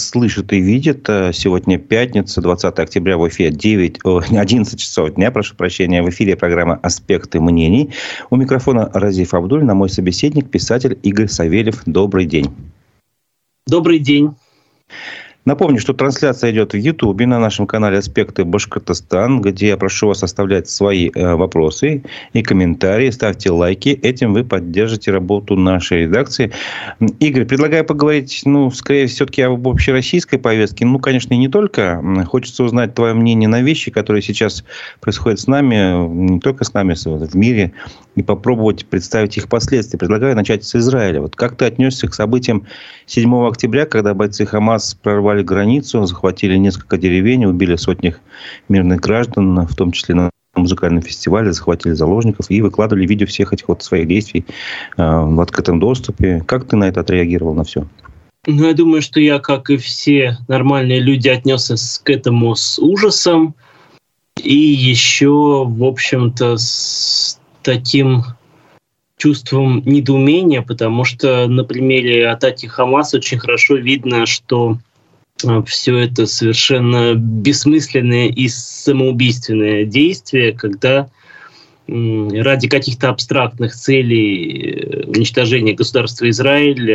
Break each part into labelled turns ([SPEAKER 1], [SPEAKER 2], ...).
[SPEAKER 1] слышит и видит. Сегодня пятница, 20 октября, в эфире 11 часов дня, прошу прощения, в эфире программа «Аспекты мнений». У микрофона Разиф Абдуллин, а мой собеседник, писатель Игорь Савельев. Добрый день.
[SPEAKER 2] Добрый день.
[SPEAKER 1] Напомню, что трансляция идет в Ютубе на нашем канале «Аспекты Башкортостан», где я прошу вас оставлять свои вопросы и комментарии. Ставьте лайки. Этим вы поддержите работу нашей редакции. Игорь, предлагаю поговорить, скорее, все-таки об общероссийской повестке. Конечно, и не только. Хочется узнать твое мнение на вещи, которые сейчас происходят с нами, не только с нами, в мире, и попробовать представить их последствия. Предлагаю начать с Израиля. Вот как ты отнесся к событиям 7 октября, когда бойцы ХАМАС прорвали границу, захватили несколько деревень, убили сотни мирных граждан, в том числе на музыкальном фестивале, захватили заложников и выкладывали видео всех этих своих действий в открытом доступе. Как ты на это отреагировал, на все?
[SPEAKER 2] Я думаю, что я, как и все нормальные люди, отнесся к этому с ужасом и еще, в общем-то, с таким чувством недоумения, потому что на примере атаки ХАМАС очень хорошо видно, что все это совершенно бессмысленное и самоубийственное действие, когда ради каких-то абстрактных целей уничтожения государства Израиль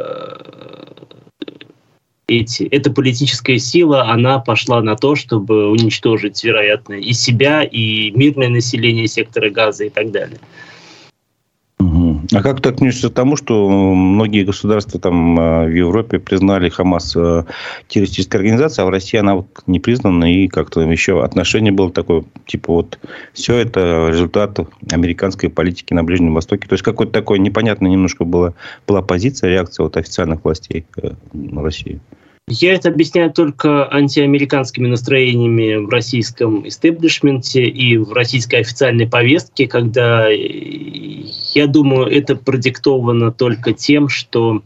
[SPEAKER 2] эта политическая сила, она пошла на то, чтобы уничтожить, вероятно, и себя, и мирное население сектора Газа и так далее.
[SPEAKER 1] А как ты относишься к тому, что многие государства там в Европе признали ХАМАС террористической организацией, а в России она не признана, и как-то еще отношение было такое, все это результат американской политики на Ближнем Востоке. То есть, какой-то такой непонятный немножко была позиция, реакция официальных властей на Россию.
[SPEAKER 2] Я это объясняю только антиамериканскими настроениями в российском истеблишменте и в российской официальной повестке, когда, я думаю, это продиктовано только тем, что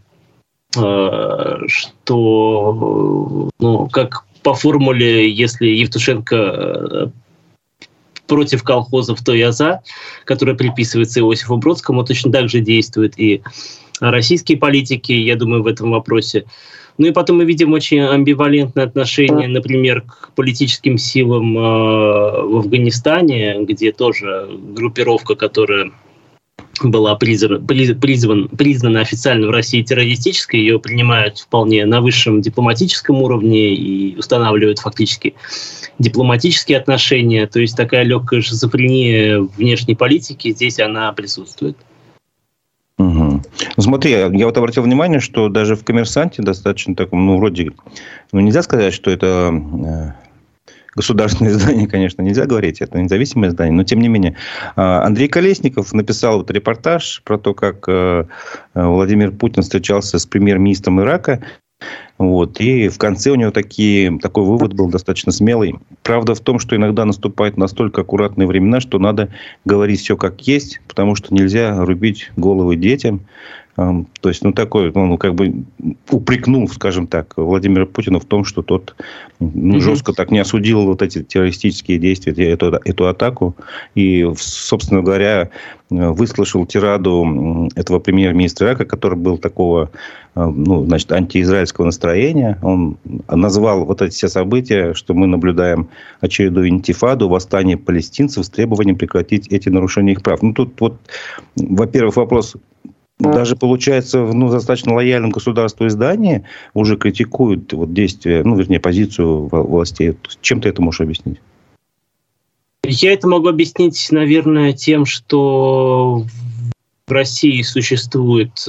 [SPEAKER 2] как по формуле, если Евтушенко против колхозов, то я за, которая приписывается Иосифу Бродскому, точно так же действует и российские политики, я думаю, в этом вопросе. И потом мы видим очень амбивалентное отношение, например, к политическим силам в Афганистане, где тоже группировка, которая была признана официально в России террористической, ее принимают вполне на высшем дипломатическом уровне и устанавливают фактически дипломатические отношения. То есть такая легкая шизофрения внешней политики, здесь она присутствует.
[SPEAKER 1] Угу. Смотри, я обратил внимание, что даже в «Коммерсанте» достаточно таком, вроде, нельзя сказать, что это государственное издание, конечно, нельзя говорить, это независимое издание, но тем не менее. Андрей Колесников написал репортаж про то, как Владимир Путин встречался с премьер-министром Ирака. И в конце у него такой вывод был достаточно смелый. Правда в том, что иногда наступают настолько аккуратные времена, что надо говорить все как есть, потому что нельзя рубить головы детям. То есть, упрекнул, скажем так, Владимира Путина в том, что тот жестко так не осудил эти террористические действия, эту атаку. И, собственно говоря, выслушал тираду этого премьер-министра Ирака, который был такого, антиизраильского настроения. Он назвал эти все события, что мы наблюдаем очередную интифаду, восстание палестинцев с требованием прекратить эти нарушения их прав. Тут, во-первых, вопрос... Даже, получается, достаточно лояльном государству издание уже критикуют действия, позицию властей. Чем ты это можешь объяснить?
[SPEAKER 2] Я это могу объяснить, наверное, тем, что в России существует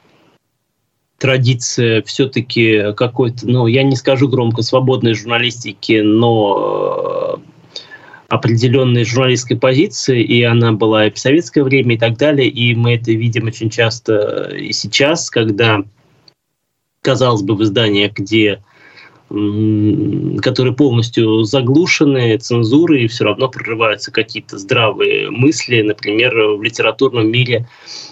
[SPEAKER 2] традиция все-таки какой-то, я не скажу громко, свободной журналистики, но определенной журналистской позиции, и она была и в советское время, и так далее. И мы это видим очень часто и сейчас, когда, казалось бы, в изданиях, которые полностью заглушены цензурой, и все равно прорываются какие-то здравые мысли. Например, в литературном мире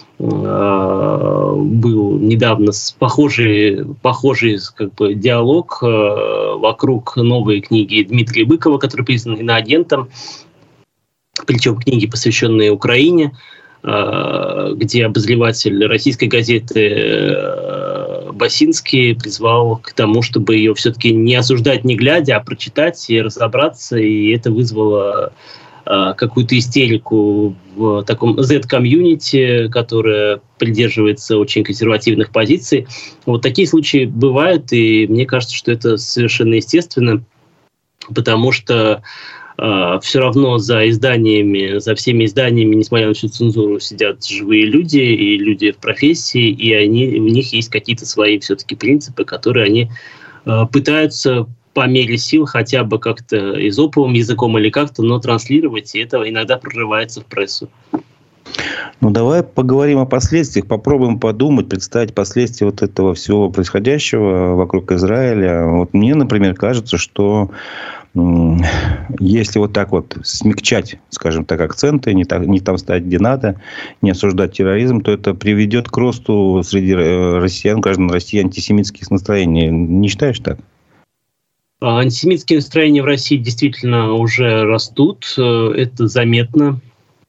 [SPEAKER 2] был недавно похожий диалог вокруг новой книги Дмитрия Быкова, который признан иноагентом, причем книги, посвященные Украине, где обозреватель российской газеты Басинский призвал к тому, чтобы ее все-таки не осуждать не глядя, а прочитать и разобраться, и это вызвало какую-то истерику в таком Z-комьюнити, которая придерживается очень консервативных позиций. Вот такие случаи бывают, и мне кажется, что это совершенно естественно, потому что все равно за всеми изданиями, несмотря на всю цензуру, сидят живые люди и люди в профессии, и у них есть какие-то свои все-таки принципы, которые они пытаются по мере сил хотя бы как-то эзоповым языком или как-то, но транслировать, и это иногда прорывается в прессу.
[SPEAKER 1] Ну, давай поговорим о последствиях, попробуем подумать, представить последствия вот этого всего происходящего вокруг Израиля. Вот мне, например, кажется, что если вот так вот смягчать, скажем так, акценты, не там ставить, где надо, не осуждать терроризм, то это приведет к росту среди россиян, граждан России, антисемитских настроений. Не считаешь так?
[SPEAKER 2] Антисемитские настроения в России действительно уже растут. Это заметно.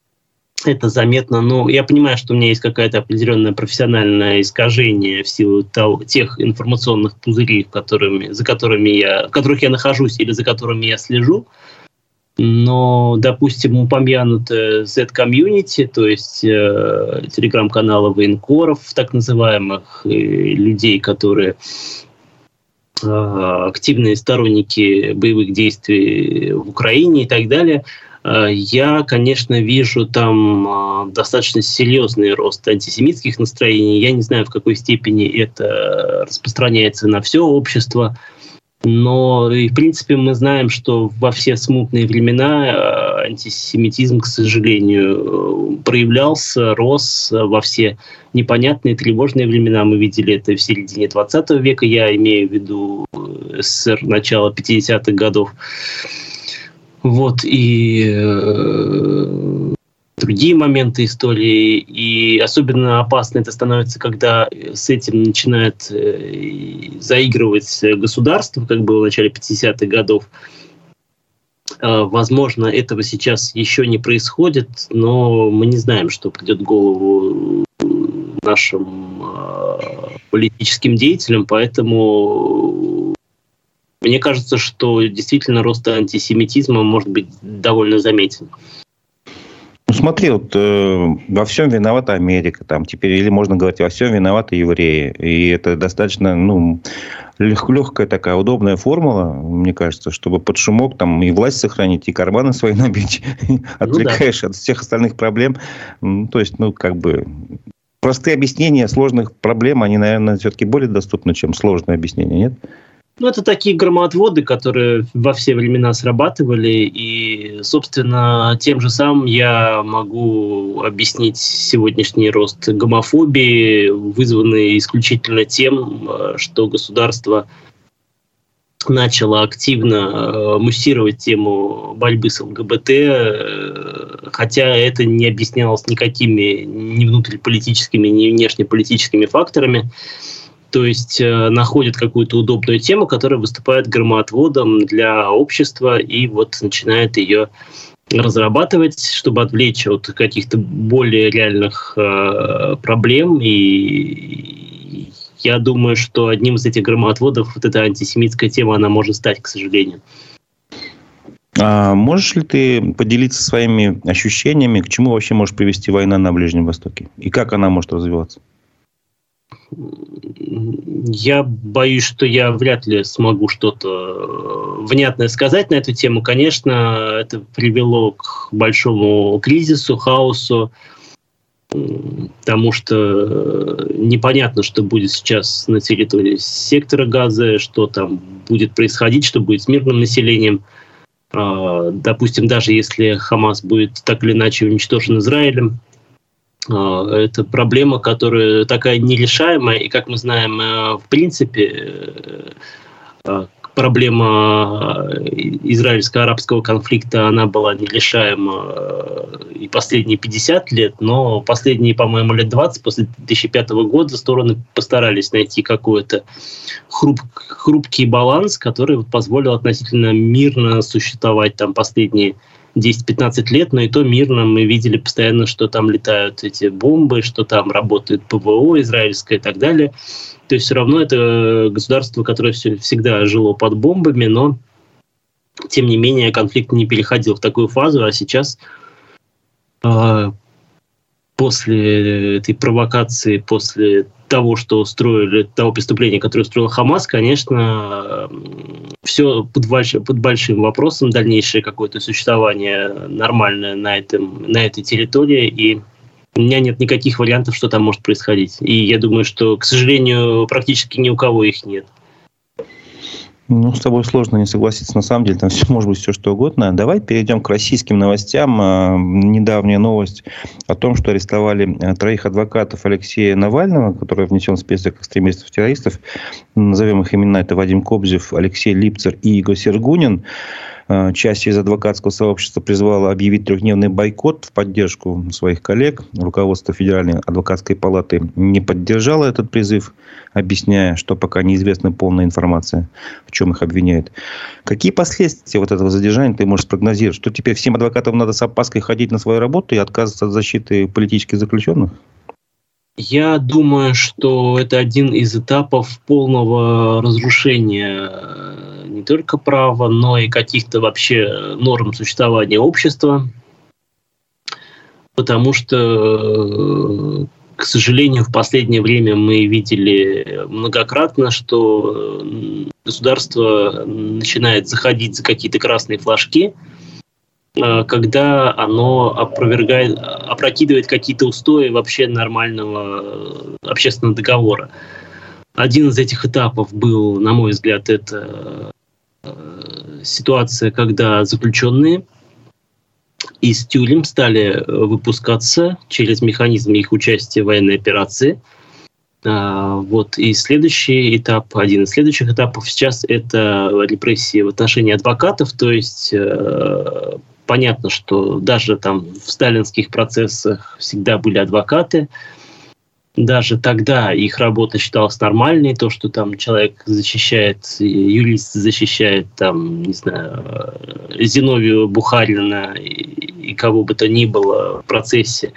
[SPEAKER 2] Но я понимаю, что у меня есть какое-то определенное профессиональное искажение в силу тех информационных пузырей, в которых я нахожусь или за которыми я слежу. Но, допустим, упомянутое Z-комьюнити, то есть телеграм-каналы военкоров, так называемых, людей, которые активные сторонники боевых действий в Украине и так далее, я, конечно, вижу там достаточно серьезный рост антисемитских настроений. Я не знаю, в какой степени это распространяется на все общество, но, в принципе, мы знаем, что во все смутные времена антисемитизм, к сожалению, проявлялся, рос во все непонятные, тревожные времена. Мы видели это в середине 20 века, я имею в виду СССР начала 50-х годов. Вот, и другие моменты истории. И особенно опасно это становится, когда с этим начинает заигрывать государство, как было в начале 50-х годов. Возможно, этого сейчас еще не происходит, но мы не знаем, что придет в голову нашим политическим деятелям, поэтому мне кажется, что действительно рост антисемитизма может быть довольно заметен.
[SPEAKER 1] Ну, смотри, вот во всем виновата Америка, там теперь, или можно говорить, во всем виноваты евреи. И это достаточно, легкая такая удобная формула, мне кажется, чтобы под шумок там и власть сохранить, и карманы свои набить, отвлекаешь от всех остальных проблем. То есть, простые объяснения сложных проблем, они, наверное, все-таки более доступны, чем сложные объяснения, нет?
[SPEAKER 2] Это такие громоотводы, которые во все времена срабатывали, и, собственно, тем же самым я могу объяснить сегодняшний рост гомофобии, вызванный исключительно тем, что государство начало активно муссировать тему борьбы с ЛГБТ, хотя это не объяснялось никакими ни внутриполитическими, ни внешнеполитическими факторами. То есть находят какую-то удобную тему, которая выступает громоотводом для общества, и вот начинает ее разрабатывать, чтобы отвлечь от каких-то более реальных проблем. И я думаю, что одним из этих громоотводов вот эта антисемитская тема, она может стать, к сожалению.
[SPEAKER 1] А можешь ли ты поделиться своими ощущениями, к чему вообще может привести война на Ближнем Востоке? И как она может развиваться?
[SPEAKER 2] Я боюсь, что я вряд ли смогу что-то внятное сказать на эту тему. Конечно, это привело к большому кризису, хаосу, потому что непонятно, что будет сейчас на территории сектора Газа, что там будет происходить, что будет с мирным населением. Допустим, даже если Хамас будет так или иначе уничтожен Израилем, это проблема, которая такая нерешаемая, и, как мы знаем, в принципе, проблема израильско-арабского конфликта, она была нерешаема и последние 50 лет, но последние, по-моему, лет 20, после 2005 года, стороны постарались найти какой-то хрупкий баланс, который позволил относительно мирно существовать там последние 10-15 лет, но и то мирно мы видели постоянно, что там летают эти бомбы, что там работает ПВО израильское и так далее. То есть все равно это государство, которое всегда жило под бомбами, но тем не менее конфликт не переходил в такую фазу, а сейчас после этой провокации, после того, что устроили, того преступления, которое устроил Хамас, конечно, все под большим вопросом, дальнейшее какое-то существование нормальное на этой территории, и у меня нет никаких вариантов, что там может происходить. И я думаю, что, к сожалению, практически ни у кого их нет.
[SPEAKER 1] Ну, с тобой сложно не согласиться. На самом деле, там может быть все что угодно. Давай перейдем к российским новостям. Недавняя новость о том, что арестовали 3 адвокатов Алексея Навального, который внесен в список экстремистов-террористов. Назовем их имена. Это Вадим Кобзев, Алексей Липцер и Игорь Сергунин. Часть из адвокатского сообщества призвала объявить 3-дневный бойкот в поддержку своих коллег. Руководство Федеральной адвокатской палаты не поддержало этот призыв, объясняя, что пока неизвестна полная информация, в чем их обвиняют. Какие последствия вот этого задержания ты можешь спрогнозировать? Что теперь всем адвокатам надо с опаской ходить на свою работу и отказываться от защиты политических заключенных?
[SPEAKER 2] Я думаю, что это один из этапов полного разрушения не только права, но и каких-то вообще норм существования общества. Потому что, к сожалению, в последнее время мы видели многократно, что государство начинает заходить за какие-то красные флажки, когда оно опрокидывает какие-то устои вообще нормального общественного договора. Один из этих этапов был, на мой взгляд, это ситуация, когда заключенные из тюрем стали выпускаться через механизм их участия в военной операции. И следующий этап, один из следующих этапов сейчас это репрессии в отношении адвокатов, то есть понятно, что даже там в сталинских процессах всегда были адвокаты. Даже тогда их работа считалась нормальной. То, что там человек защищает, юрист защищает, там, не знаю, Зиновия Бухарина и кого бы то ни было в процессе,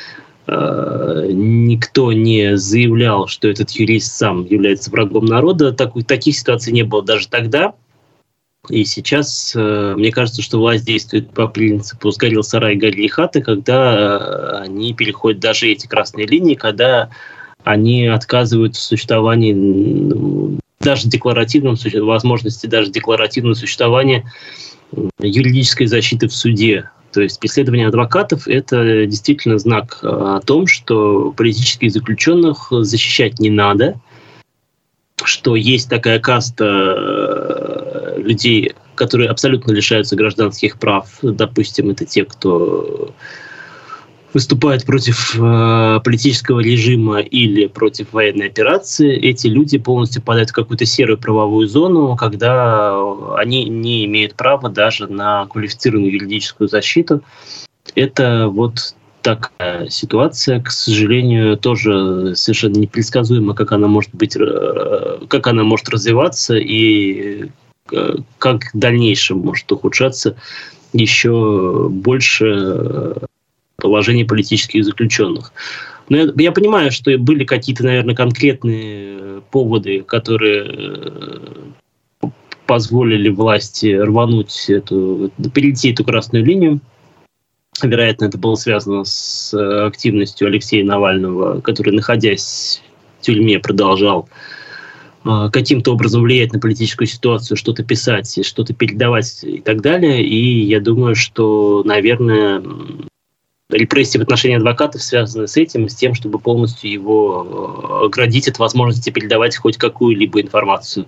[SPEAKER 2] никто не заявлял, что этот юрист сам является врагом народа. Таких ситуаций не было даже тогда. И сейчас, мне кажется, что власть действует по принципу «сгорел сарай, гори и хата», когда они переходят даже эти красные линии, когда они отказывают в существовании, даже декларативном, возможности даже декларативного существования юридической защиты в суде. То есть преследование адвокатов – это действительно знак о том, что политических заключенных защищать не надо, что есть такая каста людей, которые абсолютно лишаются гражданских прав. Допустим, это те, кто выступает против политического режима или против военной операции. Эти люди полностью попадают в какую-то серую правовую зону, когда они не имеют права даже на квалифицированную юридическую защиту. Это вот такая ситуация, к сожалению, тоже совершенно непредсказуема, как она может развиваться и как в дальнейшем может ухудшаться еще больше положение политических заключенных. Но я понимаю, что были какие-то, наверное, конкретные поводы, которые позволили власти перейти эту красную линию. Вероятно, это было связано с активностью Алексея Навального, который, находясь в тюрьме, продолжал каким-то образом влиять на политическую ситуацию, что-то писать, что-то передавать и так далее. И я думаю, что, наверное, репрессии в отношении адвокатов связаны с этим, с тем, чтобы полностью его оградить от возможности передавать хоть какую-либо информацию.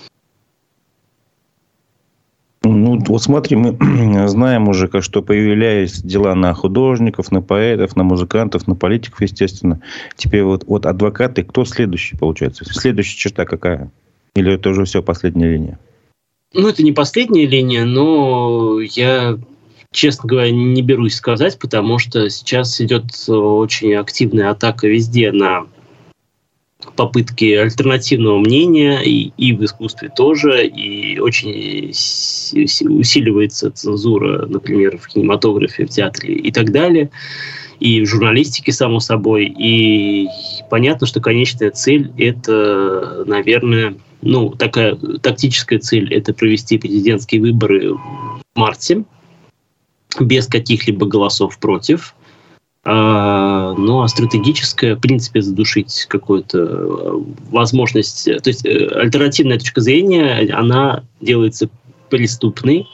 [SPEAKER 1] Ну, вот смотри, мы знаем уже, что появлялись дела на художников, на поэтов, на музыкантов, на политиков, естественно. Теперь вот адвокаты, кто следующий, получается? Следующая черта какая? Или это уже все последняя линия?
[SPEAKER 2] Ну, это не последняя линия, но я, честно говоря, не берусь сказать, потому что сейчас идет очень активная атака везде на попытки альтернативного мнения и в искусстве тоже, и очень усиливается цензура, например, в кинематографе, в театре и так далее, и в журналистике, само собой. И понятно, что конечная цель – это, наверное, такая тактическая цель – это провести президентские выборы в марте без каких-либо голосов против. А стратегическая, в принципе, задушить какую-то возможность. То есть альтернативная точка зрения, она делается преступной.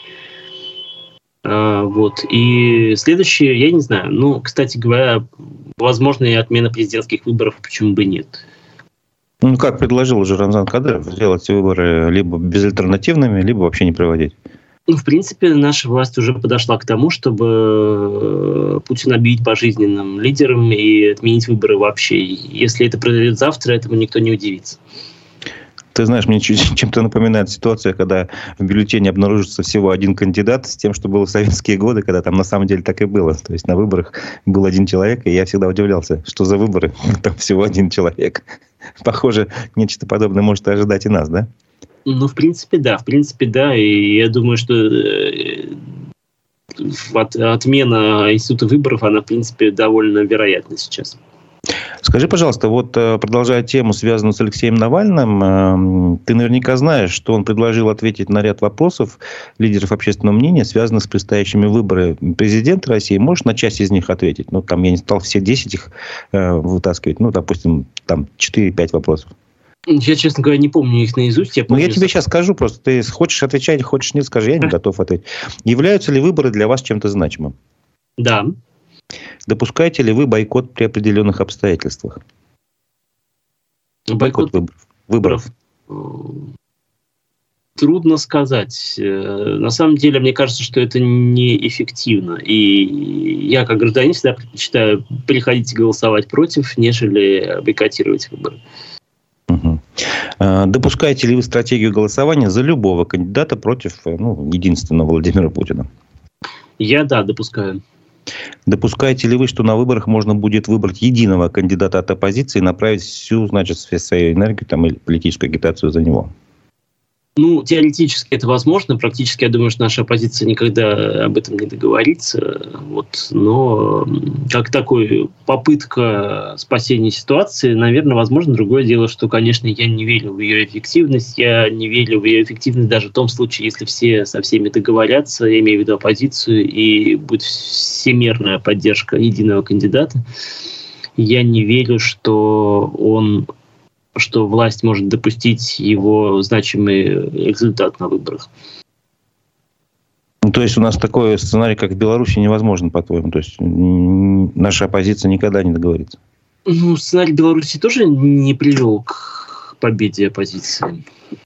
[SPEAKER 2] И следующее, я не знаю. Кстати говоря, возможно, и отмена президентских выборов, почему бы нет.
[SPEAKER 1] Как предложил уже Рамзан Кадыров, сделать выборы либо безальтернативными, либо вообще не проводить.
[SPEAKER 2] В принципе, наша власть уже подошла к тому, чтобы Путина объявить пожизненным лидером и отменить выборы вообще. Если это произойдет завтра, этому никто не удивится.
[SPEAKER 1] Ты знаешь, мне чем-то напоминает ситуация, когда в бюллетене обнаружится всего один кандидат, с тем, что было в советские годы, когда там на самом деле так и было. То есть на выборах был один человек, и я всегда удивлялся, что за выборы, там всего один человек. Похоже, нечто подобное может ожидать и нас, да?
[SPEAKER 2] В принципе, да. И я думаю, что отмена института выборов, она, в принципе, довольно вероятна сейчас.
[SPEAKER 1] Скажи, пожалуйста, продолжая тему, связанную с Алексеем Навальным, ты наверняка знаешь, что он предложил ответить на ряд вопросов лидеров общественного мнения, связанных с предстоящими выборами президента России. Можешь на часть из них ответить? Там я не стал все 10 их вытаскивать. Допустим, там 4-5 вопросов.
[SPEAKER 2] Я, честно говоря, не помню их наизусть. Я
[SPEAKER 1] тебе сейчас скажу просто. Ты хочешь отвечать, хочешь нет, скажи. Я не готов ответить. Являются ли выборы для вас чем-то значимым?
[SPEAKER 2] Да.
[SPEAKER 1] Допускаете ли вы бойкот при определенных обстоятельствах?
[SPEAKER 2] Бойкот
[SPEAKER 1] выборов.
[SPEAKER 2] Трудно сказать. На самом деле, мне кажется, что это неэффективно. И я, как гражданин, всегда предпочитаю приходить и голосовать против, нежели бойкотировать выборы.
[SPEAKER 1] Угу. Допускаете ли вы стратегию голосования за любого кандидата против единственного Владимира Путина?
[SPEAKER 2] Я, допускаю.
[SPEAKER 1] Допускаете ли вы, что на выборах можно будет выбрать единого кандидата от оппозиции и направить всю, свою энергию или политическую агитацию за него?
[SPEAKER 2] Теоретически это возможно. Практически, я думаю, что наша оппозиция никогда об этом не договорится. Но как такой попытка спасения ситуации, наверное, возможно. Другое дело, что, конечно, я не верю в ее эффективность. Я не верю в ее эффективность даже в том случае, если все со всеми договорятся, я имею в виду оппозицию, и будет всемирная поддержка единого кандидата. Я не верю, что власть может допустить его значимый результат на выборах.
[SPEAKER 1] То есть у нас такой сценарий, как в Беларуси, невозможен, по-твоему? То есть наша оппозиция никогда не договорится?
[SPEAKER 2] Сценарий Беларуси тоже не привел к победе оппозиции.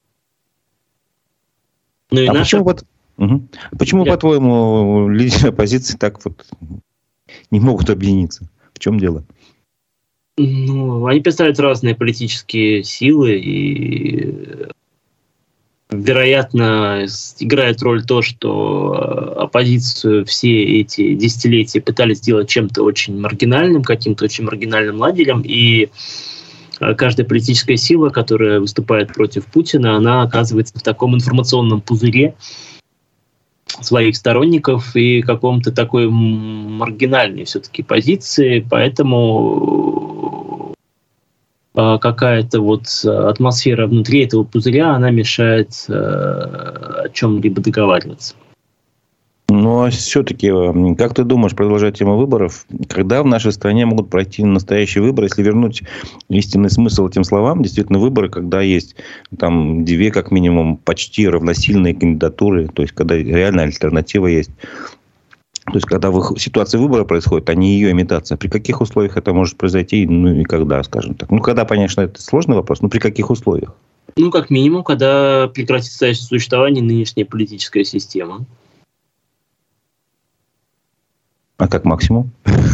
[SPEAKER 1] Почему, по-твоему, лидеры оппозиции так не могут объединиться? В чем дело?
[SPEAKER 2] Они представляют разные политические силы и, вероятно, играет роль то, что оппозицию все эти десятилетия пытались сделать чем-то очень маргинальным, каким-то очень маргинальным лагерем, и каждая политическая сила, которая выступает против Путина, она оказывается в таком информационном пузыре своих сторонников и каком-то такой маргинальной все-таки позиции, поэтому какая-то атмосфера внутри этого пузыря, она мешает о чем-либо договариваться.
[SPEAKER 1] А все-таки, как ты думаешь, продолжая тему выборов, когда в нашей стране могут пройти настоящие выборы, если вернуть истинный смысл этим словам, действительно выборы, когда есть две, как минимум, почти равносильные кандидатуры, то есть когда реальная альтернатива есть. То есть когда ситуация выбора происходит, а не ее имитация. При каких условиях это может произойти, и когда, скажем так? Когда, конечно, это сложный вопрос, но при каких условиях?
[SPEAKER 2] Как минимум, когда прекратит существование нынешняя политическая система.
[SPEAKER 1] А как максимум?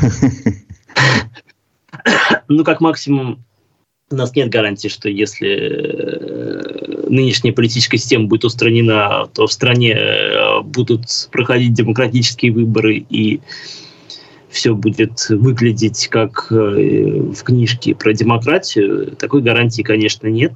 [SPEAKER 2] Как максимум, у нас нет гарантии, что если нынешняя политическая система будет устранена, то в стране будут проходить демократические выборы, и все будет выглядеть как в книжке про демократию, такой гарантии, конечно, нет.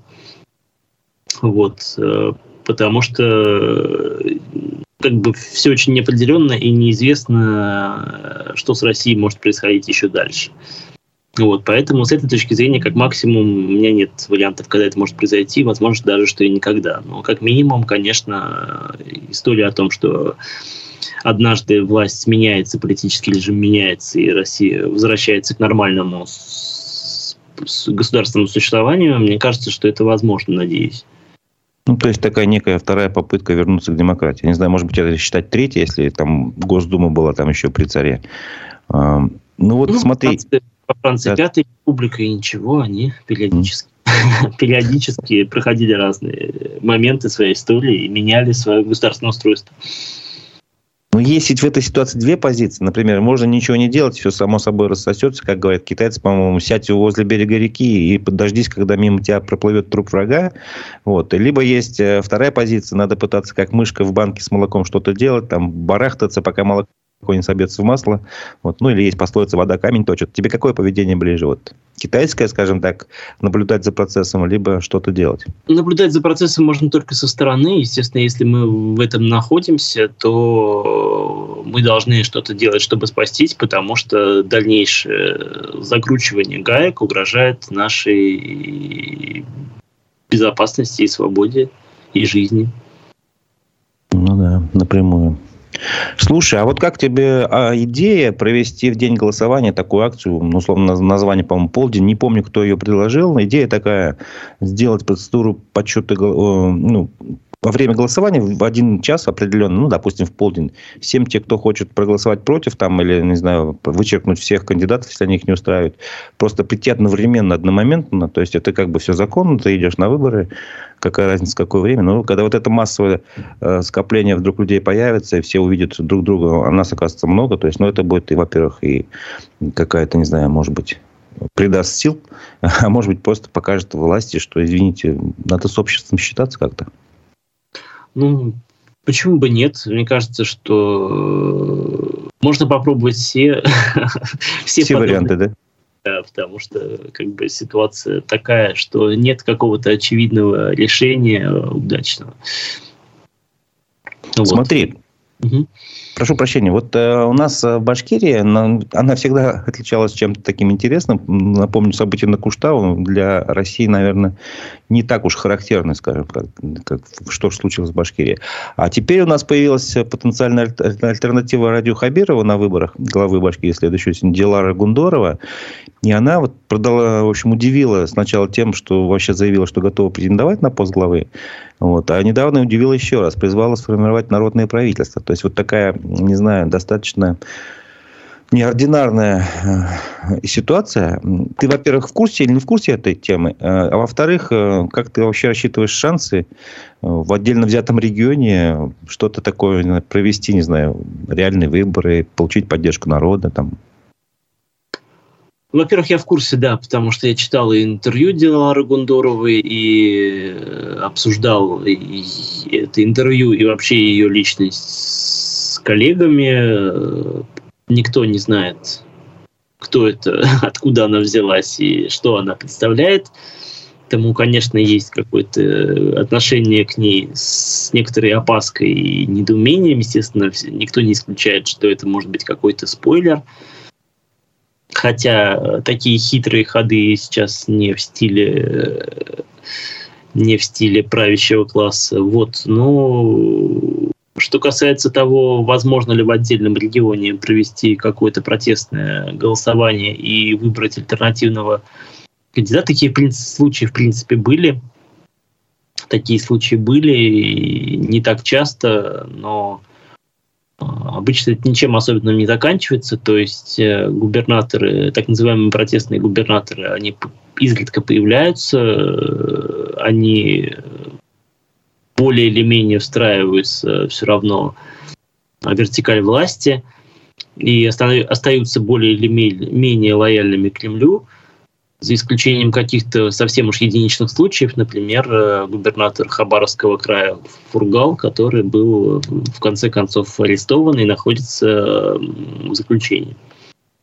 [SPEAKER 2] Вот, потому что как бы все очень неопределенно и неизвестно, что с Россией может происходить еще дальше. Вот, поэтому с этой точки зрения, как максимум, у меня нет вариантов, когда это может произойти, возможно, даже, что и никогда. Но как минимум, конечно, история о том, что однажды власть меняется, политический режим меняется, и Россия возвращается к нормальному государственному существованию, мне кажется, что это возможно, надеюсь.
[SPEAKER 1] Ну, то есть, такая некая вторая попытка вернуться к демократии. Я не знаю, может быть, это считать третьей, если там Госдума была там еще при царе. Смотри.
[SPEAKER 2] Во Франции Пятая республика, и ничего, они периодически проходили разные моменты своей истории и меняли свое государственное устройство.
[SPEAKER 1] Но есть ведь в этой ситуации две позиции. Например, можно ничего не делать, все само собой рассосется, как говорят китайцы, по-моему, сядь возле берега реки и подождись, когда мимо тебя проплывет труп врага. Вот. Либо есть вторая позиция, надо пытаться как мышка в банке с молоком что-то делать, там барахтаться, пока молоко не собьется в масло. Вот. Ну, или есть пословица «вода камень точит». Тебе какое поведение ближе? Вот китайское, скажем так, наблюдать за процессом, либо что-то делать?
[SPEAKER 2] Наблюдать за процессом можно только со стороны. Естественно, если мы в этом находимся, то мы должны что-то делать, чтобы спастись, потому что дальнейшее закручивание гаек угрожает нашей безопасности и свободе и жизни.
[SPEAKER 1] Ну да, напрямую. Слушай, а вот как тебе идея провести в день голосования такую акцию, условно, название, по-моему, «Полдень», не помню, кто ее предложил, идея такая, сделать процедуру подсчета, во время голосования в 1 час определенно, допустим, в полдень, всем те, кто хочет проголосовать против, там, или, не знаю, вычеркнуть всех кандидатов, если они их не устраивают, просто прийти одновременно, то есть это как бы все законно, ты идешь на выборы, какая разница, какое время. Но когда вот это массовое скопление вдруг людей появится, и все увидят друг друга, а нас, оказывается, много, то есть, это будет, и, во-первых, и какая-то, не знаю, может быть, придаст сил, а может быть, просто покажет власти, что, извините, надо с обществом считаться как-то.
[SPEAKER 2] Почему бы нет? Мне кажется, что можно попробовать все
[SPEAKER 1] варианты, да?
[SPEAKER 2] Да, потому что ситуация такая, что нет какого-то очевидного решения удачного.
[SPEAKER 1] Смотри.
[SPEAKER 2] Угу.
[SPEAKER 1] Прошу прощения. Вот у нас в Башкирии, она всегда отличалась чем-то таким интересным. Напомню, события на Куштау для России, наверное, не так уж характерны, скажем, как что же случилось в Башкирии. А теперь у нас появилась потенциальная альтернатива Радио Хабирова на выборах главы Башкирии следующего Дилара Гундорова. И она продала, в общем, удивила сначала тем, что вообще заявила, что готова претендовать на пост главы. А недавно удивила еще раз. Призвала сформировать народное правительство. То есть, вот такая, не знаю, достаточно неординарная ситуация. Ты, во-первых, в курсе или не в курсе этой темы? А во-вторых, как ты вообще рассчитываешь шансы в отдельно взятом регионе что-то такое провести, не знаю, реальные выборы, получить поддержку народа там?
[SPEAKER 2] Во-первых, я в курсе, да, потому что я читал и интервью Дилары Гундоровой и обсуждал это интервью и вообще ее личность с коллегами. Никто не знает, кто это, откуда она взялась и что она представляет. Тому, конечно, есть какое-то отношение к ней с некоторой опаской и недоумением. Естественно, никто не исключает, что это может быть какой-то спойлер. Хотя такие хитрые ходы сейчас не в стиле правящего класса. Но что касается того, возможно ли в отдельном регионе провести какое-то протестное голосование и выбрать альтернативного кандидата, такие случаи, в принципе, были. Такие случаи были, и не так часто, но обычно это ничем особенным не заканчивается. То есть губернаторы, так называемые протестные губернаторы, они изредка появляются, они более или менее встраиваются все равно в вертикаль власти и остаются более или менее лояльными к Кремлю, за исключением каких-то совсем уж единичных случаев, например, губернатор Хабаровского края Фургал, который был в конце концов арестован и находится в заключении.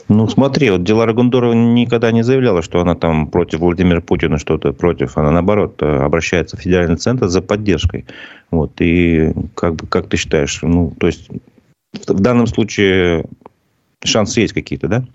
[SPEAKER 1] Ну, смотри, вот Дилара Гундорова никогда не заявляла, что она там против Владимира Путина, что-то против. Она, наоборот, обращается в федеральный центр за поддержкой. Вот. И как ты считаешь, ну, то есть в данном случае шансы есть какие-то, да?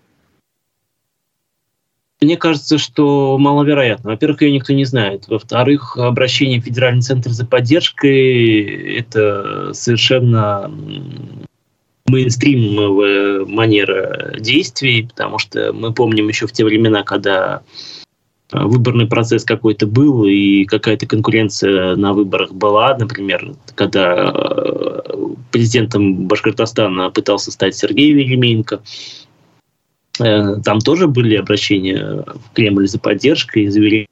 [SPEAKER 2] Мне кажется, что маловероятно. Во-первых, ее никто не знает. Во-вторых, обращение в Федеральный центр за поддержкой – это совершенно мейнстримовая манера действий, потому что мы помним еще в те времена, когда выборный процесс какой-то был и какая-то конкуренция на выборах была, например, когда президентом Башкортостана пытался стать Сергей Еременко. Там тоже были обращения в Кремль за поддержкой и заверения.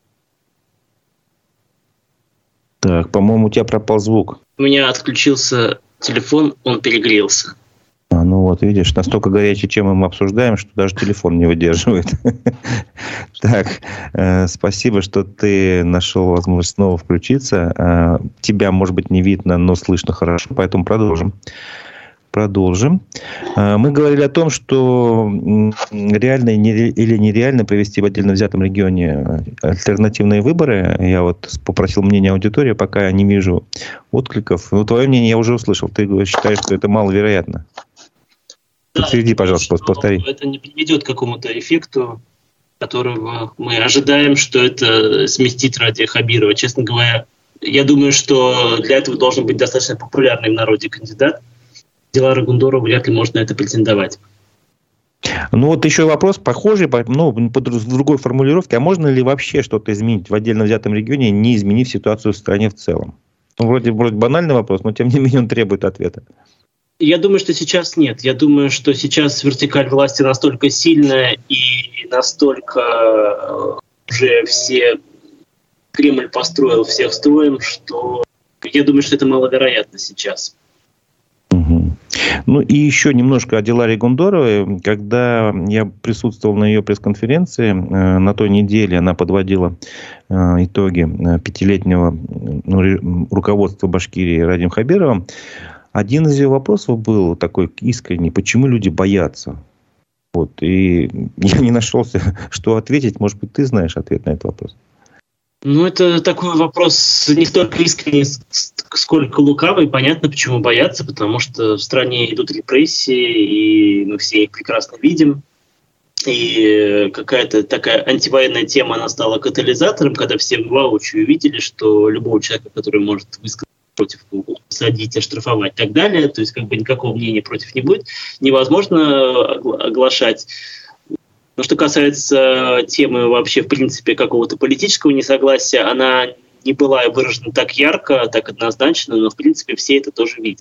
[SPEAKER 1] Так, по-моему, у тебя пропал звук.
[SPEAKER 2] У меня отключился телефон, он перегрелся.
[SPEAKER 1] Ну вот, видишь, настолько горячие темы мы обсуждаем, что даже телефон не выдерживает. Так, спасибо, что ты нашел возможность снова включиться. Тебя, может быть, не видно, но слышно хорошо, поэтому продолжим. Мы говорили о том, что реально или нереально провести в отдельно взятом регионе альтернативные выборы. Я вот попросил мнения аудитории, пока я не вижу откликов. Но твое мнение я уже услышал. Ты считаешь, что это маловероятно? Подтверди, пожалуйста, повтори.
[SPEAKER 2] Это не приведет к какому-то эффекту, которого мы ожидаем, что это сместит Радия Хабирова. Честно говоря, я думаю, что для этого должен быть достаточно популярный в народе кандидат. Дилара Гундорова вряд ли может на это претендовать.
[SPEAKER 1] Ну, вот еще вопрос похожий, но по другой формулировке. А можно ли вообще что-то изменить в отдельно взятом регионе, не изменив ситуацию в стране в целом? Ну, вроде банальный вопрос, но тем не менее он требует ответа.
[SPEAKER 2] Я думаю, что сейчас нет. Я думаю, что сейчас вертикаль власти настолько сильная и настолько уже все Кремль построил всех строем, что я думаю, что это маловероятно сейчас.
[SPEAKER 1] Ну и еще немножко о Диларе Гундоровой. Когда я присутствовал на ее пресс-конференции, на той неделе она подводила итоги пятилетнего руководства Башкирии Радием Хабировым. Один из ее вопросов был такой искренний: почему люди боятся? Вот. И я не нашелся, что ответить. Может быть, ты знаешь ответ на этот вопрос?
[SPEAKER 2] Ну, это такой вопрос не столько искренний, сколько лукавый. Понятно, почему боятся, потому что в стране идут репрессии, и мы все их прекрасно видим. И какая-то такая антивоенная тема, она стала катализатором, когда все воочию увидели, что любого человека, который может высказать против, посадить, оштрафовать и так далее, то есть как бы никакого мнения против не будет, невозможно оглашать. Но что касается темы вообще, в принципе, какого-то политического несогласия, она не была выражена так ярко, так однозначно, но, в принципе, все это тоже видят.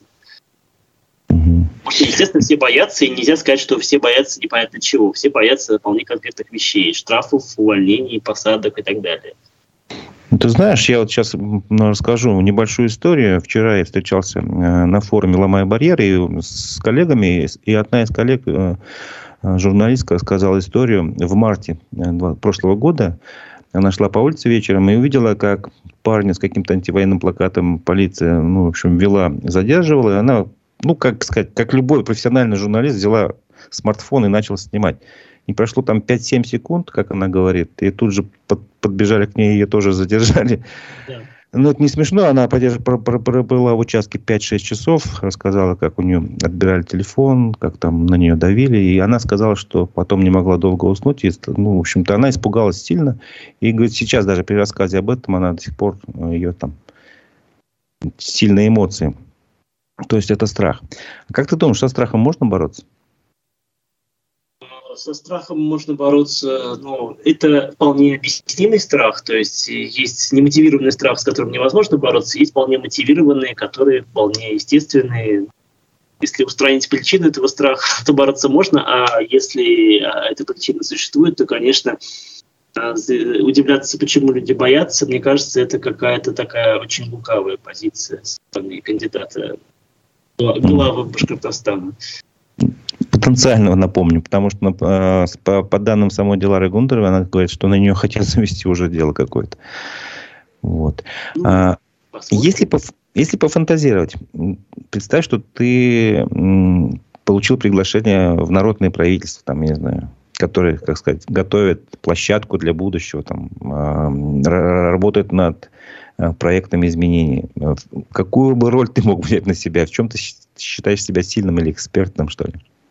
[SPEAKER 2] Естественно, все боятся, и нельзя сказать, что все боятся непонятно чего. Все боятся вполне конкретных вещей, штрафов, увольнений, посадок и так далее.
[SPEAKER 1] Ты знаешь, я вот сейчас расскажу небольшую историю. Вчера я встречался на форуме «Ломая барьеры» с коллегами, и одна из коллег, журналистка, рассказала историю. В марте прошлого года она шла по улице вечером и увидела, как парня с каким-то антивоенным плакатом полиция, задерживала. И она, как сказать, как любой профессиональный журналист, взяла смартфон и начала снимать. Не прошло там 5-7 секунд, как она говорит, и тут же подбежали к ней, ее тоже задержали. Да. Ну, это не смешно, она пробыла в участке 5-6 часов, рассказала, как у нее отбирали телефон, как там на нее давили, и она сказала, что потом не могла долго уснуть, и, в общем-то, она испугалась сильно, и, говорит, сейчас даже при рассказе об этом, она до сих пор, ее там сильные эмоции. То есть, это страх. Как ты думаешь, со страхом можно бороться?
[SPEAKER 2] Со страхом можно бороться, это вполне объяснимый страх, то есть немотивированный страх, с которым невозможно бороться, есть вполне мотивированные, которые вполне естественные. Если устранить причину этого страха, то бороться можно, а если эта причина существует, то, конечно, удивляться, почему люди боятся, мне кажется, это какая-то такая очень лукавая позиция со стороны кандидата главы Башкортостана.
[SPEAKER 1] Потенциального, напомню, потому что по данным самой Дилары Гундоровой, она говорит, что на нее хотят завести уже дело какое-то. Вот. Если пофантазировать, представь, что ты получил приглашение в народное правительство, там, я не знаю, которые, как сказать, готовят площадку для будущего, там, работают над проектами изменений. Какую бы роль ты мог взять на себя? В чем ты считаешь себя сильным или экспертным, что ли?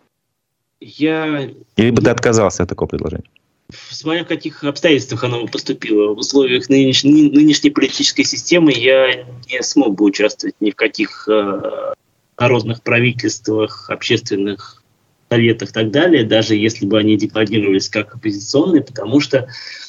[SPEAKER 1] Или бы ты отказался от такого предложения?
[SPEAKER 2] Смотря в каких обстоятельствах оно поступило. В условиях нынешней политической системы я не смог бы участвовать ни в каких народных правительствах, общественных советах и так далее, даже если бы они декларировались как оппозиционные, потому что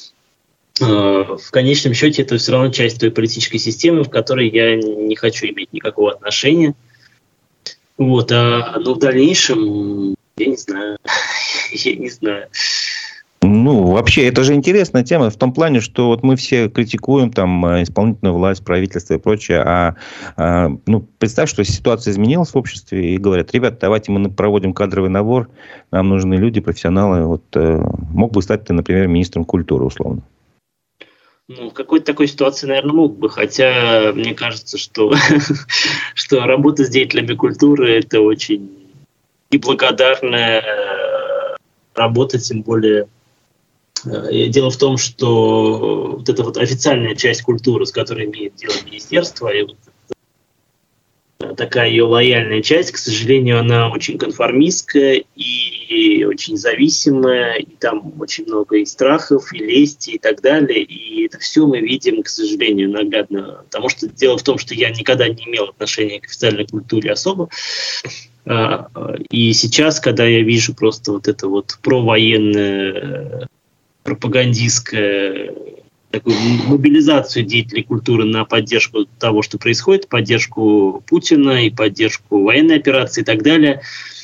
[SPEAKER 2] в конечном счете это все равно часть той политической системы, в которой я не хочу иметь никакого отношения. Вот, но в дальнейшем я не знаю. Я не знаю.
[SPEAKER 1] Ну, вообще, это же интересная тема в том плане, что вот мы все критикуем там исполнительную власть, правительство и прочее, ну, представь, что ситуация изменилась в обществе, и говорят: ребята, давайте мы проводим кадровый набор, нам нужны люди, профессионалы. Вот мог бы стать ты, например, министром культуры, условно.
[SPEAKER 2] Ну, в какой-то такой ситуации, наверное, мог бы, хотя мне кажется, что работа с деятелями культуры – это очень неблагодарная работа, тем более. Дело в том, что вот эта вот официальная часть культуры, с которой имеет дело министерство, и вот такая ее лояльная часть, к сожалению, она очень конформистская и очень зависимая, и там очень много и страхов, и лести, и так далее. И это все мы видим, к сожалению, наглядно. Потому что дело в том, что я никогда не имел отношения к официальной культуре особо. И сейчас, когда я вижу просто вот это вот провоенное, пропагандистское, такую мобилизацию деятелей культуры на поддержку того, что происходит, поддержку Путина и поддержку военной операции и так далее,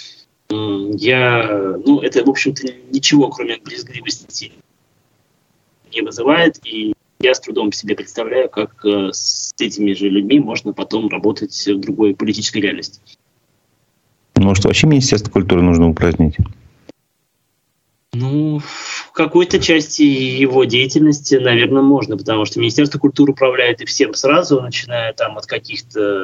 [SPEAKER 2] это, в общем-то, ничего, кроме брезгливости, не вызывает, и я с трудом себе представляю, как с этими же людьми можно потом работать в другой политической реальности.
[SPEAKER 1] Может, вообще Министерство культуры нужно упразднить?
[SPEAKER 2] Ну, в какой-то части его деятельности, наверное, можно, потому что Министерство культуры управляет и всем сразу, начиная там от каких-то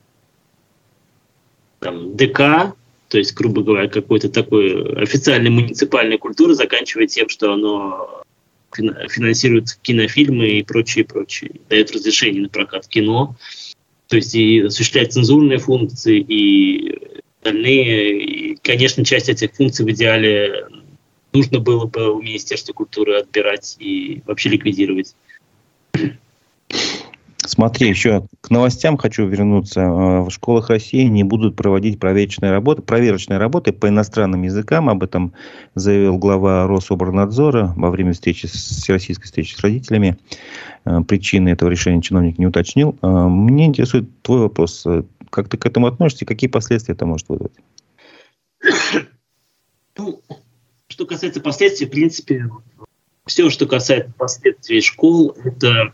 [SPEAKER 2] там ДК, то есть, грубо говоря, какой-то такой официальной муниципальной культуры, заканчивая тем, что оно финансирует кинофильмы и прочее, дает разрешение на прокат кино, то есть и осуществляет цензурные функции и остальные. И, конечно, часть этих функций в идеале нужно было бы у Министерства культуры отбирать и вообще ликвидировать.
[SPEAKER 1] Смотри, еще к новостям хочу вернуться. В школах России не будут проводить проверочные работы по иностранным языкам. Об этом заявил глава Рособорнадзора во время всероссийской встречи с родителями. Причины этого решения чиновник не уточнил. Мне интересует твой вопрос. Как ты к этому относишься и какие последствия это может вызвать?
[SPEAKER 2] Что касается последствий, в принципе, все, что касается последствий школ, это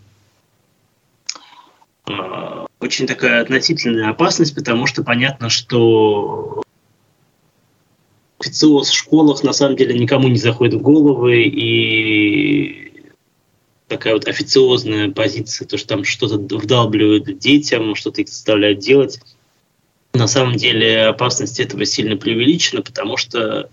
[SPEAKER 2] очень такая относительная опасность, потому что понятно, что официоз в школах на самом деле никому не заходит в головы, и такая вот официозная позиция, то, что там что-то вдалбливают детям, что-то их заставляют делать, на самом деле опасность этого сильно преувеличена, потому что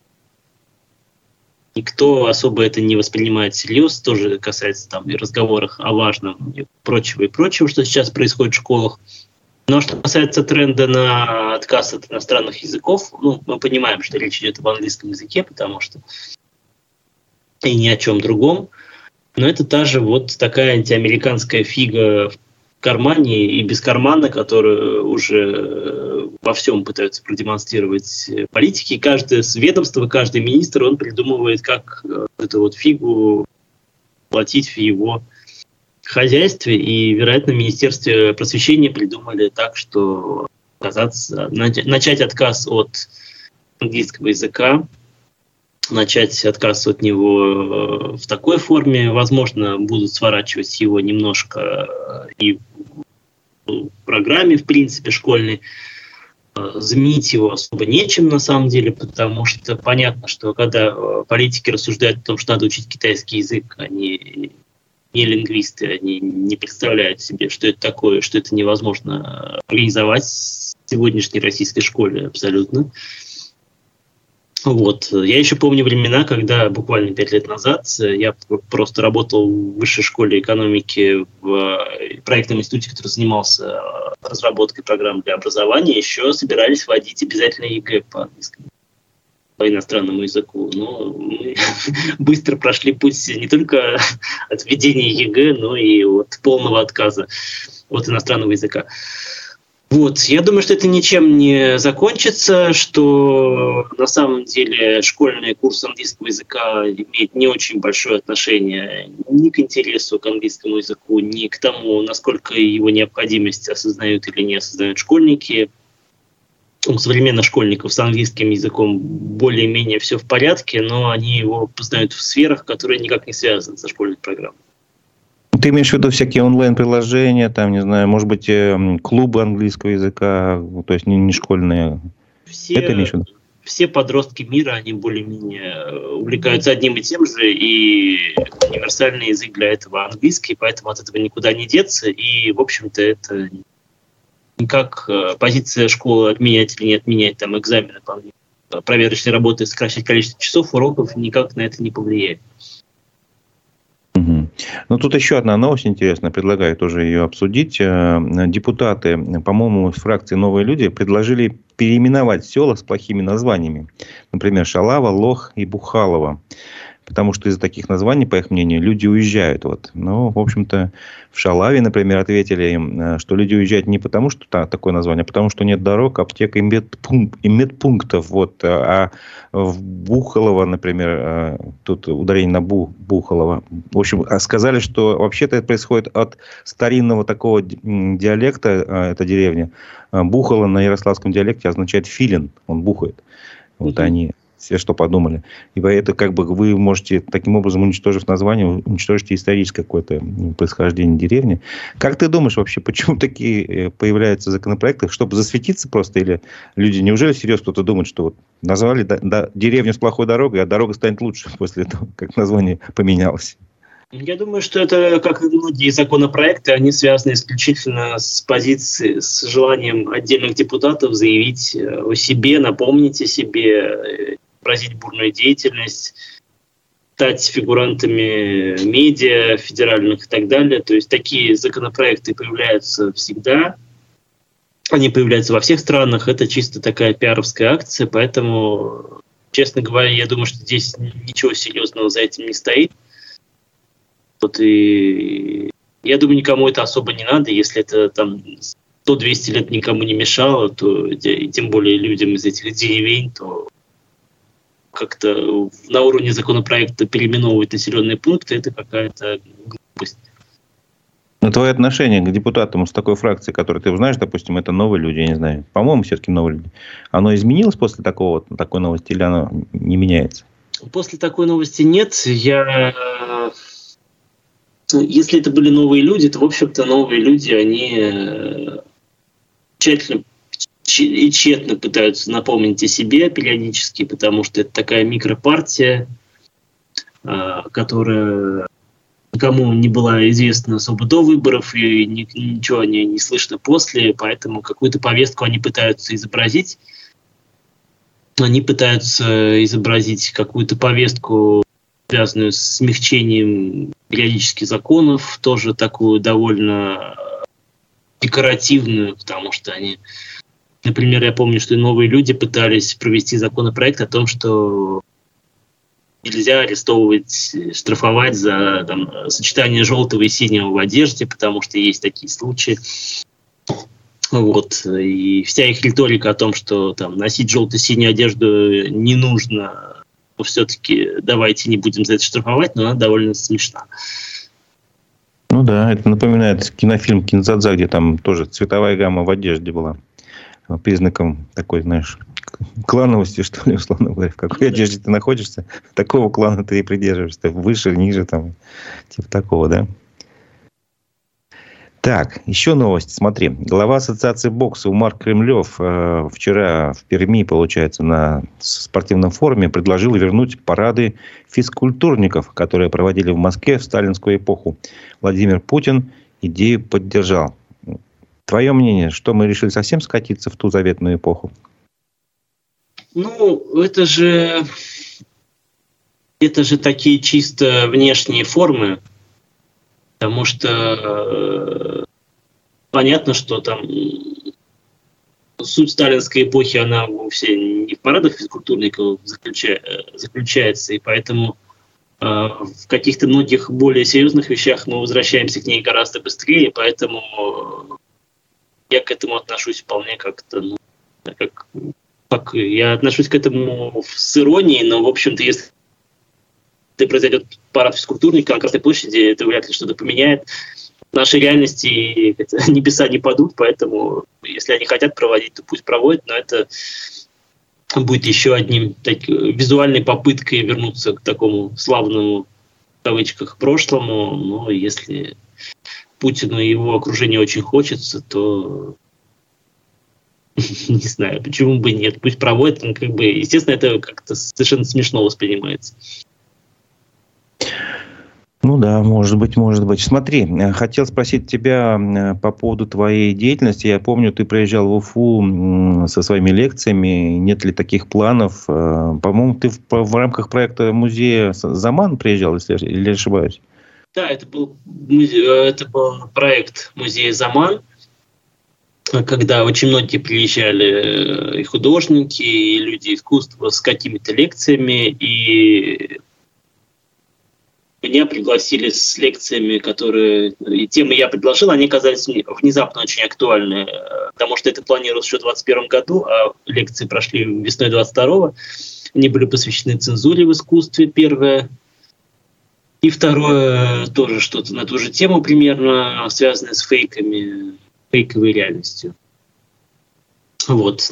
[SPEAKER 2] никто особо это не воспринимает всерьез, тоже касается там и разговоров о важном и прочего, что сейчас происходит в школах. Но что касается тренда на отказ от иностранных языков, мы понимаем, что речь идет об английском языке, потому что и ни о чем другом. Но это та же вот такая антиамериканская фига в кармане и без кармана, которую уже во всем пытаются продемонстрировать политики. Каждое ведомство, каждый министр, он придумывает, как эту вот фигу платить в его хозяйстве. И, вероятно, в Министерстве просвещения придумали так, что начать отказ от английского языка, начать отказ от него в такой форме. Возможно, будут сворачивать его немножко и в программе, в принципе, школьной. Заменить его особо нечем на самом деле, потому что понятно, что когда политики рассуждают о том, что надо учить китайский язык, они не лингвисты, они не представляют себе, что это такое, что это невозможно организовать в сегодняшней российской школе абсолютно. Вот. Я еще помню времена, когда буквально 5 лет назад я просто работал в высшей школе экономики в проектном институте, который занимался разработкой программ для образования, еще собирались вводить обязательно ЕГЭ по английскому, по иностранному языку. Но мы быстро прошли путь не только от введения ЕГЭ, но и от полного отказа от иностранного языка. Вот. Я думаю, что это ничем не закончится, что на самом деле школьный курс английского языка имеет не очень большое отношение ни к интересу к английскому языку, ни к тому, насколько его необходимость осознают или не осознают школьники. У современных школьников с английским языком более-менее все в порядке, но они его познают в сферах, которые никак не связаны со школьной программой.
[SPEAKER 1] Ты имеешь в виду всякие онлайн-приложения, там, не знаю, может быть, клубы английского языка, то есть не школьные? Это имеешь в виду?
[SPEAKER 2] Все подростки мира, они более-менее увлекаются одним и тем же, и универсальный язык для этого английский, поэтому от этого никуда не деться, и, в общем-то, это никак позиция школы отменять или не отменять там экзамены, проверочные работы, сокращать количество часов уроков никак на это не повлияет.
[SPEAKER 1] Ну, тут еще одна новость интересная, предлагаю тоже ее обсудить. Депутаты, по-моему, из фракции «Новые люди» предложили переименовать села с плохими названиями. Например, Шалава, Лох и Бухалово. Потому что из-за таких названий, по их мнению, люди уезжают. Вот. Но, в общем-то, в Шалаве, например, ответили им, что люди уезжают не потому, что такое название, а потому, что нет дорог, аптек и медпунктов. Вот. А в Бухалово, например, тут ударение на Бухалово. В общем, сказали, что вообще-то это происходит от старинного такого диалекта, эта деревня. Бухало на ярославском диалекте означает филин, он бухает. Вот они... все что подумали. И поэтому как бы вы можете таким образом, уничтожив название, уничтожить историческое какое-то происхождение деревни. Как ты думаешь вообще, почему такие появляются законопроекты? Чтобы засветиться просто? Или люди, неужели серьезно кто-то думает, что вот назвали деревню с плохой дорогой, а дорога станет лучше после того, как название поменялось?
[SPEAKER 2] Я думаю, что это, как и многие законопроекты, они связаны исключительно с позицией, с желанием отдельных депутатов заявить о себе, напомнить о себе, изобразить бурную деятельность, стать фигурантами медиа, федеральных и так далее. То есть такие законопроекты появляются всегда. Они появляются во всех странах. Это чисто такая пиаровская акция. Поэтому, честно говоря, я думаю, что здесь ничего серьезного за этим не стоит. Вот и я думаю, никому это особо не надо. Если это там 100-200 лет никому не мешало, то и тем более людям из этих деревень, то как-то на уровне законопроекта переименовывать населенные пункты, это какая-то глупость.
[SPEAKER 1] Но твое отношение к депутатам с такой фракции, которую ты знаешь, допустим, это новые люди, я не знаю, по-моему, все-таки новые люди, оно изменилось после такой новости или оно не меняется? После такой новости нет.
[SPEAKER 2] Если это были новые люди, то, в общем-то, новые люди, они тщательно и тщетно пытаются напомнить о себе периодически, потому что это такая микропартия, которая никому не была известна особо до выборов, и ничего о ней не слышно после, поэтому какую-то повестку они пытаются изобразить. Они пытаются изобразить какую-то повестку, связанную с смягчением периодически законов, тоже такую довольно декоративную, потому что они... Например, я помню, что новые люди пытались провести законопроект о том, что нельзя арестовывать, штрафовать за сочетание желтого и синего в одежде, потому что есть такие случаи. Вот. И вся их риторика о том, что носить желто-синюю одежду не нужно, но все-таки давайте не будем за это штрафовать, но она довольно смешна.
[SPEAKER 1] Ну да, это напоминает кинофильм «Кинзадза», где там тоже цветовая гамма в одежде была. Признаком такой, знаешь, клановости, что ли, условно говоря. В какой одежде ты находишься, такого клана ты и придерживаешься. Выше, ниже, типа такого, да? Так, еще новость. Смотри, глава ассоциации бокса Умар Кремлев вчера в Перми, получается, на спортивном форуме предложил вернуть парады физкультурников, которые проводили в Москве в сталинскую эпоху. Владимир Путин идею поддержал. Твое мнение, что мы решили совсем скатиться в ту заветную эпоху?
[SPEAKER 2] Ну, это же такие чисто внешние формы, потому что понятно, что там суть сталинской эпохи, она вовсе не в парадах физкультурников заключается, и поэтому в каких-то многих более серьезных вещах мы возвращаемся к ней гораздо быстрее, поэтому я к этому отношусь вполне как-то, как я отношусь к этому с иронией, но, в общем-то, если произойдет парад физкультурника на Красной площади, это вряд ли что-то поменяет. В нашей реальности небеса не падут, поэтому если они хотят проводить, то пусть проводят, но это будет еще одним визуальной попыткой вернуться к такому славному, в кавычках, прошлому. Но если Путину и его окружению очень хочется, то не знаю, почему бы нет. Пусть проводят, естественно, это как-то совершенно смешно воспринимается.
[SPEAKER 1] Ну да, может быть. Смотри, хотел спросить тебя по поводу твоей деятельности. Я помню, ты приезжал в Уфу со своими лекциями. Нет ли таких планов? По-моему, ты в рамках проекта музея «Заман» приезжал, или ошибаюсь?
[SPEAKER 2] Да, это был проект музея «Заман», когда очень многие приезжали и художники, и люди искусства с какими-то лекциями, и меня пригласили с лекциями, и темы я предложил, они оказались внезапно очень актуальны, потому что это планировалось еще в 2021 году, а лекции прошли весной 2022. Они были посвящены цензуре в искусстве, первое. И второе, тоже что-то на ту же тему примерно, связанное с фейками, фейковой реальностью. Вот,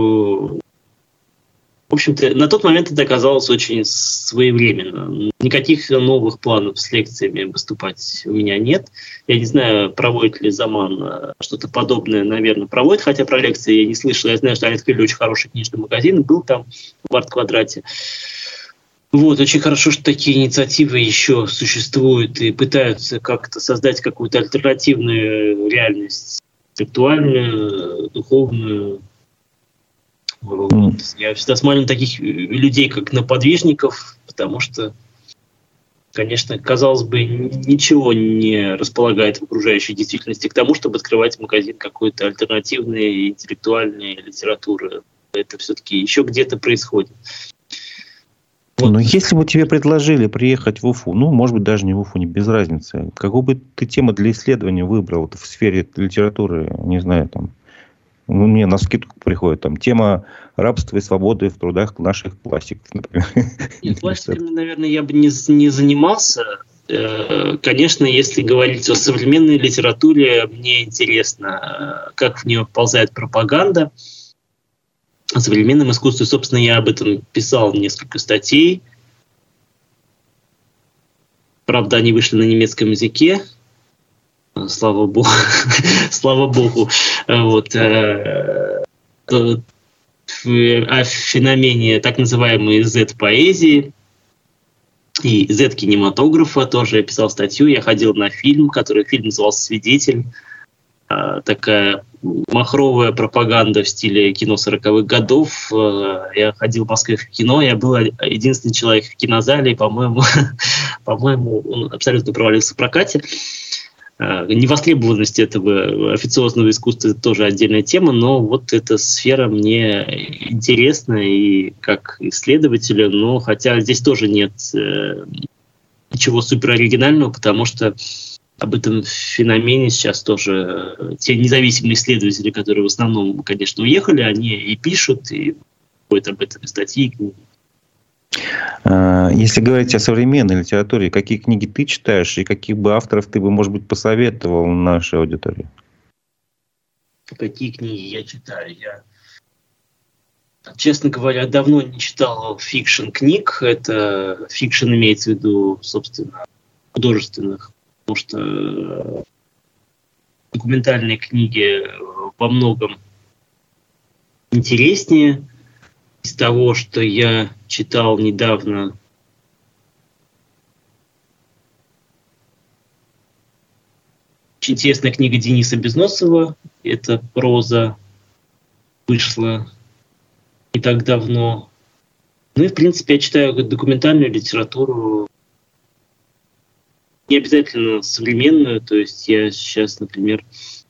[SPEAKER 2] в общем-то, на тот момент это оказалось очень своевременно. Никаких новых планов с лекциями выступать у меня нет. Я не знаю, проводит ли «Заман» что-то подобное, наверное, проводит, хотя про лекции я не слышал. Я знаю, что они открыли очень хороший книжный магазин, был там в Арт-квадрате. Вот, очень хорошо, что такие инициативы еще существуют и пытаются как-то создать какую-то альтернативную реальность, интеллектуальную, духовную. Вот. Я всегда смотрю на таких людей, как на подвижников, потому что, конечно, казалось бы, ничего не располагает в окружающей действительности к тому, чтобы открывать магазин какой-то альтернативной интеллектуальной литературы. Это все-таки еще где-то происходит.
[SPEAKER 1] Вот. Но если бы тебе предложили приехать в Уфу, может быть, даже не в Уфу, не без разницы, какую бы ты тему для исследования выбрал в сфере литературы, не знаю, там, мне на скидку приходит тема рабства и свободы в трудах наших классиков, например.
[SPEAKER 2] Нет, классиками, наверное, я бы не занимался. Конечно, если говорить о современной литературе, мне интересно, как в нее вползает пропаганда. О современном искусстве, собственно, я об этом писал несколько статей. Правда, они вышли на немецком языке. Слава богу. Слава богу. Вот. О феномене так называемой Z-поэзии и Z-кинематографа тоже я писал статью. Я ходил на фильм назывался «Свидетель». Такая махровая пропаганда в стиле кино 40-х годов. Я ходил в Москве в кино, я был единственный человек в кинозале, и, по-моему, он абсолютно провалился в прокате. Невостребованность этого официозного искусства – это тоже отдельная тема, но вот эта сфера мне интересна и как исследователю, но хотя здесь тоже нет ничего супероригинального, потому что об этом феномене сейчас тоже те независимые исследователи, которые в основном, конечно, уехали, они и пишут, и ходят об этом статьи и книги.
[SPEAKER 1] Если говорить о современной литературе, какие книги ты читаешь и каких бы авторов ты бы, может быть, посоветовал нашей аудитории?
[SPEAKER 2] Какие книги я читаю? Я, честно говоря, давно не читал фикшн-книг. Это фикшн имеется в виду, собственно, художественных. Потому что документальные книги во многом интереснее. Из того, что я читал недавно, очень интересная книга Дениса Безносова. Это проза, вышла не так давно. Ну и, в принципе, я читаю документальную литературу, не обязательно современную. То есть я сейчас, например,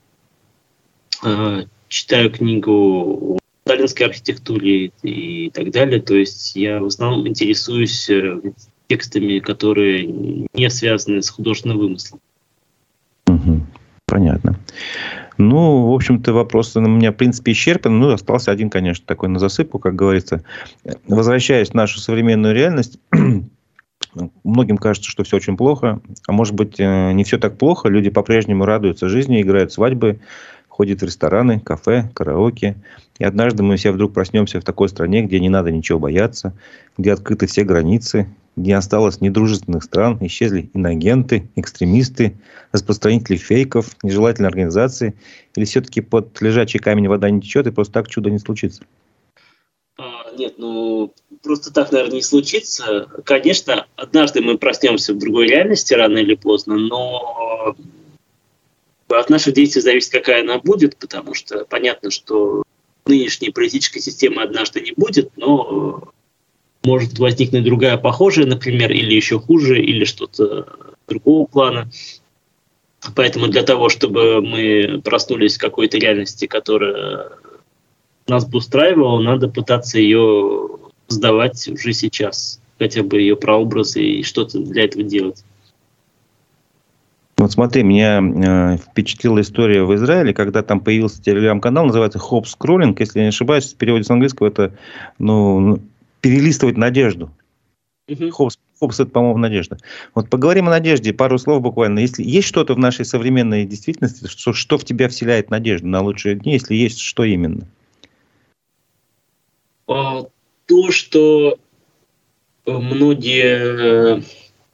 [SPEAKER 2] читаю книгу о сталинской архитектуре и так далее. То есть я в основном интересуюсь текстами, которые не связаны с художественным вымыслом.
[SPEAKER 1] Понятно. Ну, в общем-то, вопрос у меня, в принципе, исчерпан. Ну, остался один, конечно, такой на засыпку, как говорится. Возвращаясь в нашу современную реальность, многим кажется, что все очень плохо. А может быть, не все так плохо. Люди по-прежнему радуются жизни, играют свадьбы, ходят в рестораны, кафе, караоке. И однажды мы все вдруг проснемся в такой стране, где не надо ничего бояться, где открыты все границы, где не осталось недружественных стран, исчезли инагенты, экстремисты, распространители фейков, нежелательные организации. Или все-таки под лежачий камень вода не течет, и просто так чудо не случится?
[SPEAKER 2] Нет, просто так, наверное, не случится. Конечно, однажды мы проснемся в другой реальности, рано или поздно, но от наших действий зависит, какая она будет, потому что понятно, что нынешней политической системы однажды не будет, но может возникнуть другая похожая, например, или еще хуже, или что-то другого плана. Поэтому для того, чтобы мы проснулись в какой-то реальности, которая нас бы устраивала, надо пытаться ее создавать уже сейчас, хотя бы ее прообразы и что-то для этого делать.
[SPEAKER 1] Вот смотри, меня впечатлила история в Израиле, когда там появился телеграм-канал, называется Hope Scrolling. Если я не ошибаюсь, в переводе с английского это перелистывать надежду. Hope это, по-моему, надежда. Вот поговорим о надежде, пару слов буквально. Если есть что-то в нашей современной действительности, что в тебя вселяет надежду на лучшие дни, если есть, что именно?
[SPEAKER 2] То, что многие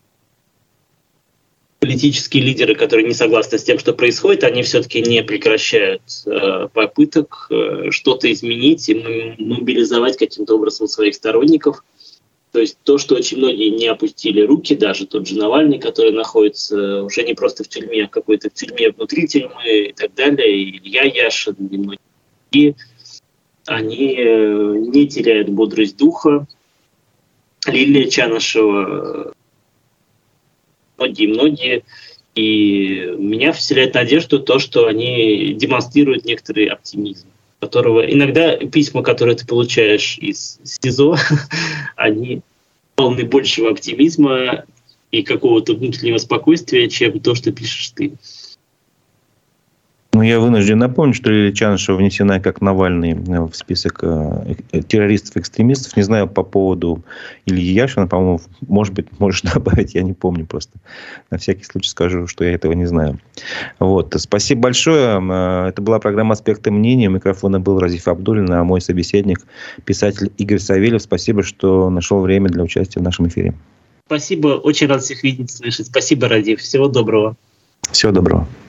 [SPEAKER 2] политические лидеры, которые не согласны с тем, что происходит, они все-таки не прекращают попыток что-то изменить и мобилизовать каким-то образом своих сторонников. То есть то, что очень многие не опустили руки, даже тот же Навальный, который находится уже не просто в тюрьме, а какой-то в тюрьме внутри тюрьмы и так далее, и Илья Яшин, и многие другие, они не теряют бодрость духа. Лилия Чанышева, многие. И меня вселяет надежду то, что они демонстрируют некоторый оптимизм, которого иногда письма, которые ты получаешь из СИЗО, они полны большего оптимизма и какого-то внутреннего спокойствия, чем то, что пишешь ты.
[SPEAKER 1] Ну, я вынужден напомнить, что Лилия Чанышева внесена как Навальный в список террористов-экстремистов. Не знаю по поводу Ильи Яшина, по-моему, может быть, можешь добавить, я не помню просто. На всякий случай скажу, что я этого не знаю. Вот. Спасибо большое. Это была программа «Аспекты мнения». У микрофона был Разиф Абдуллин, а мой собеседник, писатель Игорь Савельев. Спасибо, что нашел время для участия в нашем эфире.
[SPEAKER 2] Спасибо. Очень рад всех видеть, слышать. Спасибо, Разиф. Всего доброго.
[SPEAKER 1] Всего доброго.